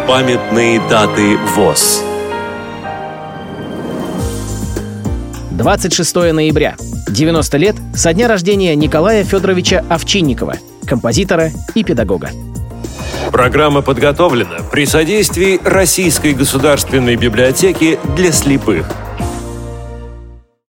Памятные даты ВОС. 26 ноября. 90 лет со дня рождения Николая Федоровича Овчинникова, композитора и педагога. Программа подготовлена при содействии Российской государственной библиотеки для слепых.